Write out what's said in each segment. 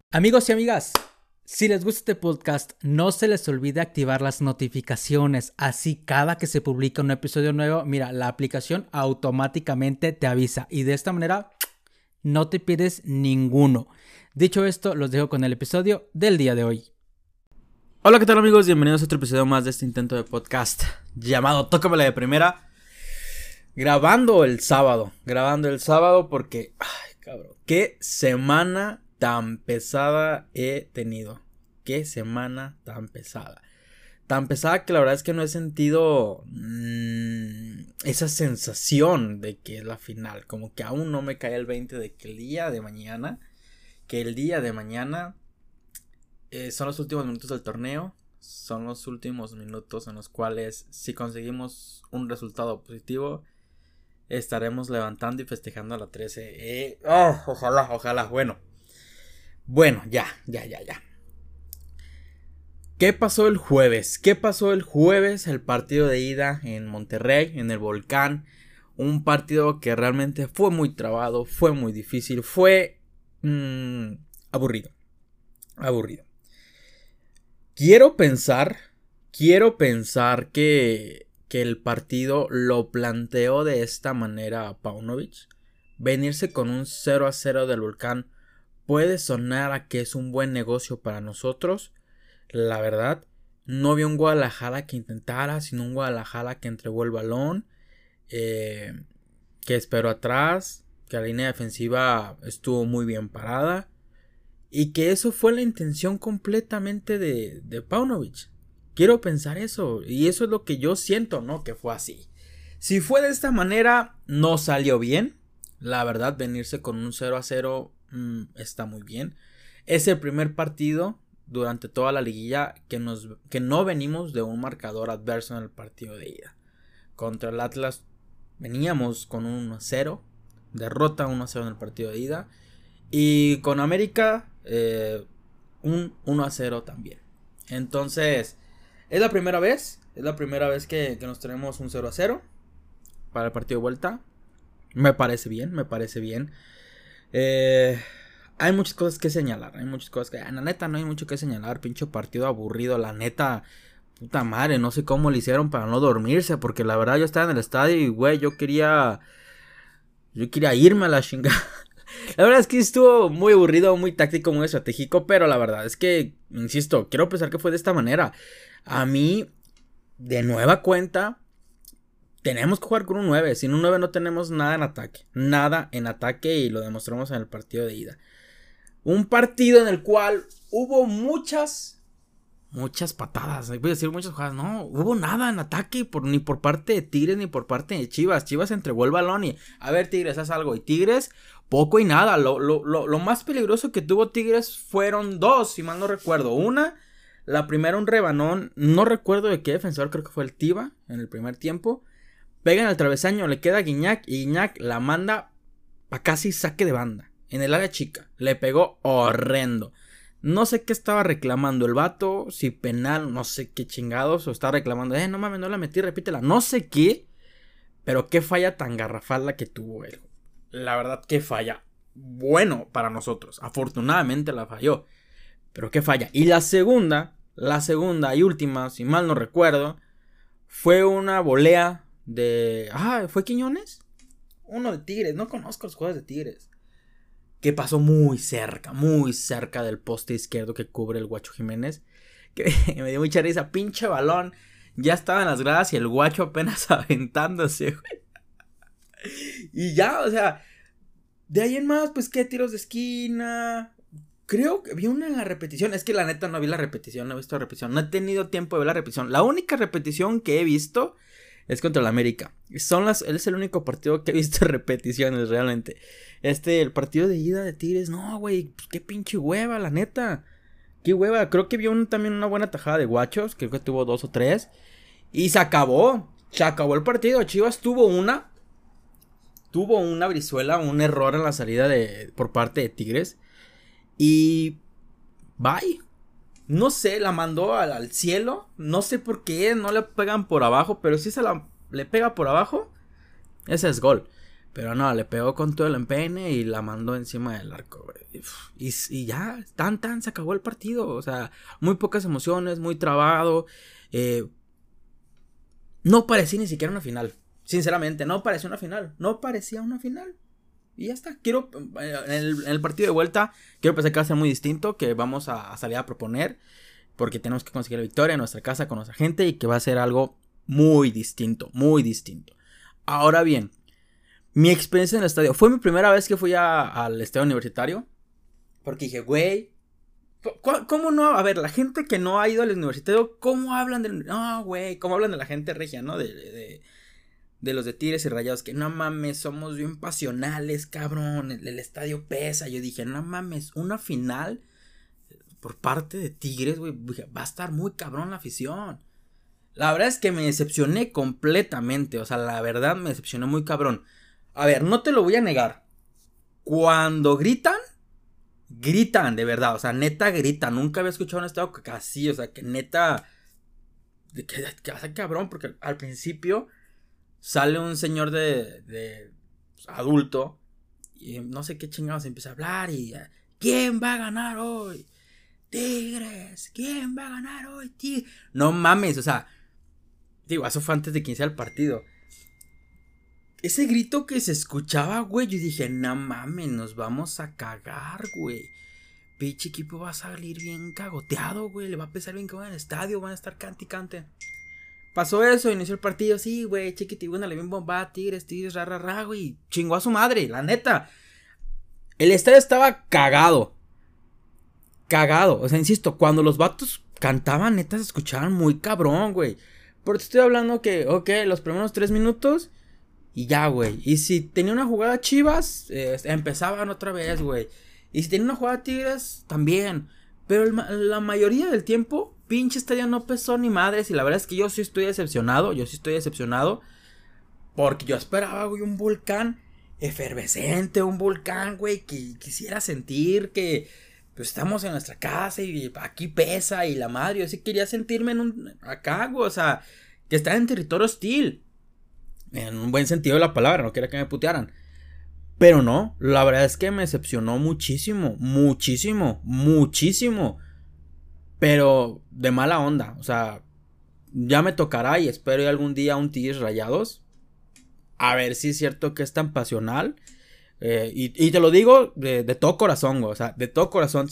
Amigos y amigas, si les gusta este podcast, no se les olvide activar las notificaciones. Así cada que se publica un episodio nuevo, mira, la aplicación automáticamente te avisa. Y de esta manera no te pierdes ninguno. Dicho esto, los dejo con el episodio del día de hoy. Hola, ¿qué tal amigos? Bienvenidos a otro episodio más de este intento de podcast llamado Tócamela de Primera. Grabando el sábado porque, ay cabrón, qué semana tan pesada he tenido. Qué semana tan pesada. Tan pesada que la verdad es que no he sentido esa sensación de que es la final. Como que aún no me cae el 20 de que el día de mañana son los últimos minutos del torneo. Son los últimos minutos en los cuales, si conseguimos un resultado positivo, estaremos levantando y festejando a la 13. Ojalá. Bueno, ya. ¿Qué pasó el jueves? El partido de ida en Monterrey, en el Volcán. Un partido que realmente fue muy trabado, fue muy difícil, fue aburrido. Quiero pensar que el partido lo planteó de esta manera a Paunovic. Venirse con un 0-0 del Volcán puede sonar a que es un buen negocio para nosotros. La verdad, no vi un Guadalajara que intentara, sino un Guadalajara que entregó el balón, que esperó atrás, que la línea defensiva estuvo muy bien parada y que eso fue la intención completamente de Paunovic. Quiero pensar eso, y eso es lo que yo siento, ¿no? Que fue así. Si fue de esta manera, no salió bien. La verdad, venirse con un 0-0 está muy bien. Es el primer partido durante toda la liguilla que no venimos de un marcador adverso en el partido de ida. Contra el Atlas veníamos con un 1-0, derrota 1-0 en el partido de ida. Y con América un 1-0 también. Entonces, es la primera vez que nos tenemos un 0-0 para el partido de vuelta. Me parece bien. Hay muchas cosas que señalar. La neta no hay mucho que señalar. Pinche partido aburrido. La neta, puta madre. No sé cómo le hicieron para no dormirse. Porque la verdad yo estaba en el estadio y güey, yo quería irme a la chingada. La verdad es que estuvo muy aburrido, muy táctico, muy estratégico. Pero la verdad es que, insisto, quiero pensar que fue de esta manera. A mí, de nueva cuenta, tenemos que jugar con un 9. Sin un 9 no tenemos nada en ataque. Y lo demostramos en el partido de ida. Un partido en el cual hubo muchas patadas. Voy a decir muchas jugadas. No, hubo nada en ataque. Ni por parte de Tigres ni por parte de Chivas. Chivas entregó el balón y a ver, Tigres, haz algo. Y Tigres, poco y nada. Lo más peligroso que tuvo Tigres fueron dos, si mal no recuerdo. La primera, un rebanón. No recuerdo de qué defensor, creo que fue el Tiva en el primer tiempo. Pega en el travesaño, le queda a Guiñac y Guiñac la manda a casi saque de banda. En el área chica. Le pegó horrendo. No sé qué estaba reclamando el vato. Si penal, no sé qué chingados. O estaba reclamando, no mames, no la metí, repítela. No sé qué. Pero qué falla tan garrafal la que tuvo él. La verdad, qué falla. Bueno, para nosotros. Afortunadamente la falló. Pero qué falla. Y la segunda y última, si mal no recuerdo, fue una volea de... ¿fue Quiñones? Uno de Tigres. No conozco los jugadores de Tigres. Que pasó muy cerca del poste izquierdo que cubre el Guacho Jiménez. Que me dio mucha risa. Pinche balón. Ya estaba en las gradas y el Guacho apenas aventándose, güey. Y ya, o sea, de ahí en más, pues qué tiros de esquina. Creo que vi una en la repetición. Es que la neta no vi la repetición, no he visto la repetición. No he tenido tiempo de ver la repetición. La única repetición que he visto es contra el América. Él es el único partido que he visto repeticiones realmente. El partido de ida de Tigres, no, güey, pues qué pinche hueva, la neta. Qué hueva. Creo que vio también una buena tajada de Guachos. Creo que tuvo 2 o 3. Y se acabó. Se acabó el partido. Chivas tuvo una Brizuela, un error en la salida por parte de Tigres. Y bye. No sé, la mandó al cielo. No sé por qué no le pegan por abajo. Pero si le pega por abajo, ese es gol. Pero no, le pegó con todo el empeine y la mandó encima del arco, güey. Y ya, se acabó el partido. O sea, muy pocas emociones, muy trabado. No parecía ni siquiera una final. Sinceramente, no parecía una final. No parecía una final. Y ya está. Quiero, en el partido de vuelta, quiero pensar que va a ser muy distinto. Que vamos a salir a proponer. Porque tenemos que conseguir la victoria en nuestra casa con nuestra gente. Y que va a ser algo muy distinto. Muy distinto. Ahora bien, mi experiencia en el estadio. Fue mi primera vez que fui al estadio universitario. Porque dije, güey, ¿cómo no? A ver, la gente que no ha ido al universitario, ¿cómo hablan del... No, güey, ¿cómo hablan de la gente regia, no? De los de Tigres y Rayados, que no mames, somos bien pasionales, cabrón, el estadio pesa. Yo dije, no mames, una final por parte de Tigres, güey, va a estar muy cabrón la afición. La verdad es que me decepcioné completamente, o sea, la verdad me decepcioné muy cabrón. A ver, no te lo voy a negar. Cuando gritan, de verdad, o sea, neta gritan. Nunca había escuchado un estadio así, o sea, que neta, que hace cabrón, porque al principio sale un señor de adulto y no sé qué chingados empieza a hablar y ¿quién va a ganar hoy? Tigres, ¿quién va a ganar hoy? Tigres. No mames, o sea, digo, eso fue antes de que iniciara el partido. Ese grito que se escuchaba, güey, yo dije, no mames, nos vamos a cagar, güey. Pinche equipo va a salir bien cagoteado, güey, le va a pesar bien como en el estadio, van a estar cante y cante. Pasó eso, inició el partido, sí, güey, chiquitibuna, le bien bomba, Tigres, ra, güey, chingó a su madre, la neta. El estadio estaba cagado, o sea, insisto, cuando los vatos cantaban, neta, se escuchaban muy cabrón, güey. Pero te estoy hablando que, ok, los primeros 3 minutos y ya, güey. Y si tenía una jugada Chivas, empezaban otra vez, güey. Y si tenía una jugada Tigres, también. Pero la mayoría del tiempo, pinche estadio no pesó ni madres. Y la verdad es que yo sí estoy decepcionado. Porque yo esperaba, güey, un volcán efervescente. Un volcán, güey, que quisiera sentir que pues estamos en nuestra casa y aquí pesa y la madre. Yo sí quería sentirme acá, güey, o sea, que estaba en territorio hostil. En un buen sentido de la palabra, no quería que me putearan. Pero no, la verdad es que me decepcionó muchísimo. Pero de mala onda, o sea, ya me tocará y espero algún día un Tigres Rayados. A ver si es cierto que es tan pasional. Y te lo digo de todo corazón, güey. O sea, de todo corazón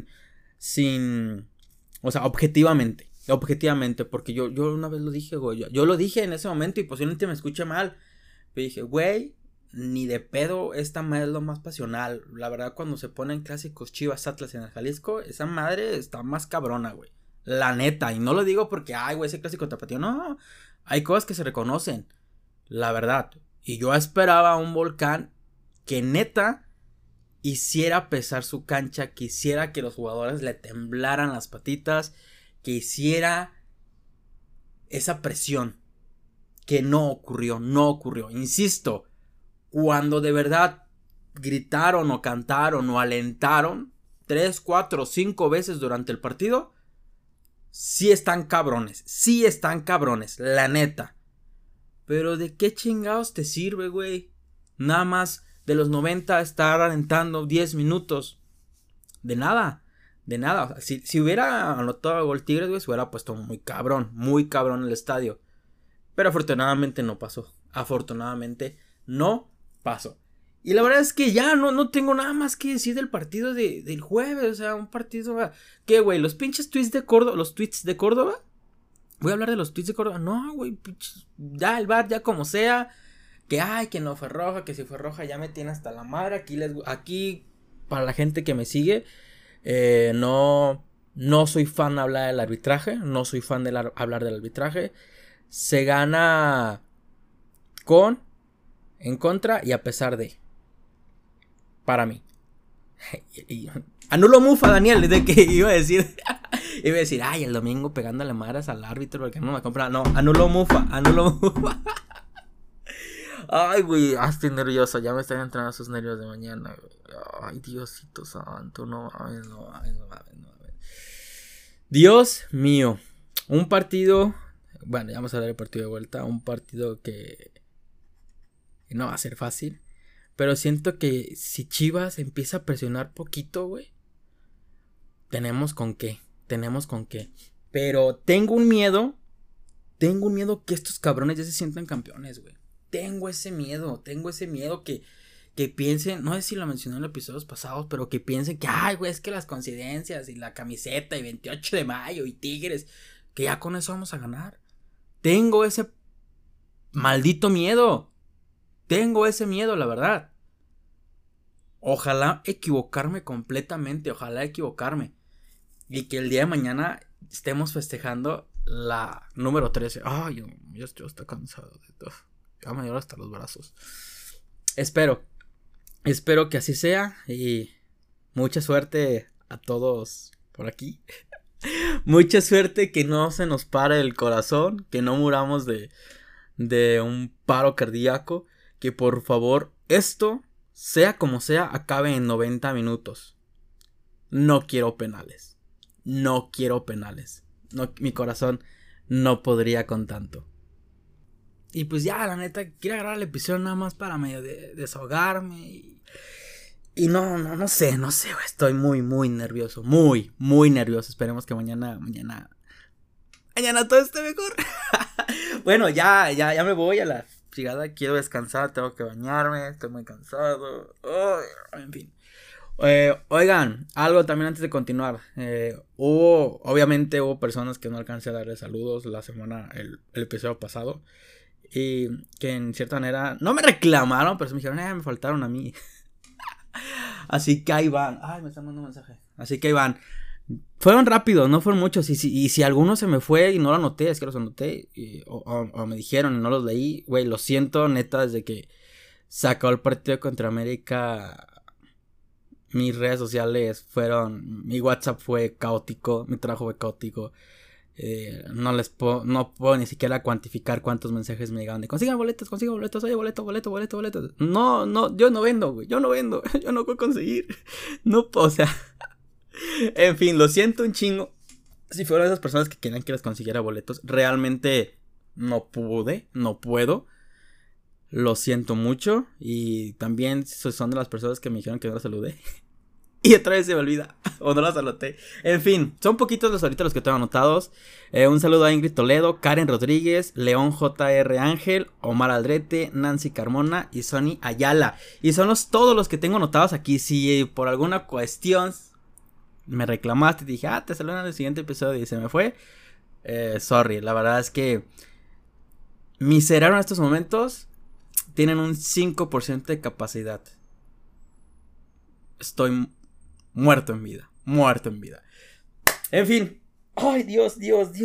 o sea, objetivamente, porque yo una vez lo dije, güey. Yo lo dije en ese momento y posiblemente me escuche mal. Pero dije, güey, ni de pedo esta madre es lo más pasional. La verdad, cuando se ponen clásicos Chivas Atlas en el Jalisco, esa madre está más cabrona, güey. La neta, y no lo digo porque, ay, güey, ese clásico tapatío. No, hay cosas que se reconocen. La verdad. Y yo esperaba un volcán que neta hiciera pesar su cancha, que hiciera que los jugadores le temblaran las patitas, que hiciera esa presión, que no ocurrió. Insisto, cuando de verdad gritaron o cantaron o alentaron 3, 4, 5 veces durante el partido, sí están cabrones, la neta. Pero ¿de qué chingados te sirve, güey? Nada más de los 90 estar alentando 10 minutos. De nada. O sea, si hubiera anotado gol Tigres, güey, se hubiera puesto muy cabrón el estadio. Pero afortunadamente no pasó. Y la verdad es que ya no tengo nada más que decir del partido del jueves. O sea, un partido... ¿Qué, güey? Los pinches tweets de Córdoba. Voy a hablar de los tweets de Córdoba. No, güey, ya el VAR, ya como sea. Que no fue roja, que si fue roja ya me tiene hasta la madre. Aquí para la gente que me sigue, no soy fan de hablar del arbitraje. No soy fan de hablar del arbitraje. Se gana con, en contra y a pesar de. Para mí. Anulo mufa, Daniel, de que iba a decir, ay, el domingo pegándole madres al árbitro porque no me compra. No, anulo mufa. Ay, güey, estoy nervioso, ya me están entrando esos nervios de mañana, güey. Ay, Diosito santo, no mames. Dios mío, un partido, bueno, ya vamos a ver el partido de vuelta, un partido que no va a ser fácil. Pero siento que si Chivas empieza a presionar poquito, güey, tenemos con qué. Pero tengo un miedo que estos cabrones ya se sientan campeones, güey. Tengo ese miedo que piensen, no sé si lo mencioné en los episodios pasados, pero que piensen que, ay, güey, es que las coincidencias y la camiseta y 28 de mayo y Tigres, que ya con eso vamos a ganar. Tengo ese maldito miedo. La verdad. Ojalá equivocarme completamente, y que el día de mañana estemos festejando la número 13. Ay, yo estoy hasta cansado de todo. Ya me dio hasta los brazos. Espero que así sea. Y mucha suerte a todos por aquí. Mucha suerte, que no se nos pare el corazón. Que no muramos de un paro cardíaco. Que por favor, esto, sea como sea, acabe en 90 minutos. No quiero penales. No, mi corazón no podría con tanto. Y pues ya, la neta, quiero agarrar el episodio nada más para medio desahogarme. Y no sé, güey. Estoy muy nervioso. Muy nervioso. Esperemos que mañana todo esté mejor. Bueno, ya me voy a la fregada. Quiero descansar, tengo que bañarme. Estoy muy cansado. En fin. Oigan, algo también antes de continuar. Obviamente hubo personas que no alcancé a darles saludos la semana, el episodio pasado. Y que en cierta manera no me reclamaron, pero se me dijeron, me faltaron a mí. Así que ahí van. Ay, me están mandando un mensaje. Así que ahí van. Fueron rápidos, no fueron muchos. Y si alguno se me fue y no lo anoté, es que los anoté. O me dijeron y no los leí. Güey, lo siento, neta, desde que se acabó el partido contra América, mis redes sociales mi WhatsApp fue caótico, mi trabajo fue caótico. No puedo ni siquiera cuantificar cuántos mensajes me llegaban de consigan boletos, oye, boletos. No, yo no vendo, güey, yo no puedo conseguir. No, o sea, en fin, lo siento un chingo. Si fueron esas personas que querían que les consiguiera boletos, realmente no puedo. Lo siento mucho. Y también son de las personas que me dijeron que no las saludé. Y otra vez se me olvida. O no las anoté. En fin, son poquitos los ahorita los que tengo anotados. Un saludo a Ingrid Toledo, Karen Rodríguez, León JR Ángel, Omar Aldrete, Nancy Carmona y Sony Ayala. Y son todos los que tengo anotados aquí. Si por alguna cuestión me reclamaste y dije, te saludan en el siguiente episodio y se me fue. Sorry, la verdad es que mi cerebro en estos momentos tienen un 5% de capacidad. Estoy muerto en vida. En fin. Ay, Dios.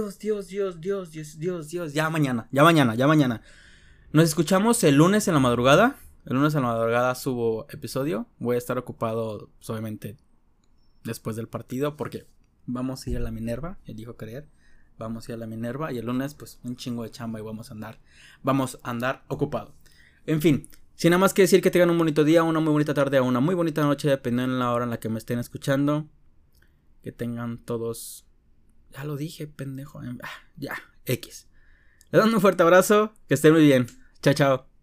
Ya mañana. Nos escuchamos el lunes en la madrugada. El lunes en la madrugada subo episodio. Voy a estar ocupado, pues, obviamente, después del partido, porque vamos a ir a la Minerva, elijo creer. Vamos a ir a la Minerva y el lunes, pues, un chingo de chamba y vamos a andar ocupado. En fin. Sin nada más que decir, que tengan un bonito día, una muy bonita tarde o una muy bonita noche, dependiendo de la hora en la que me estén escuchando. Que tengan todos... Ya lo dije, pendejo. Ya, X. Les mando un fuerte abrazo, que estén muy bien. Chao.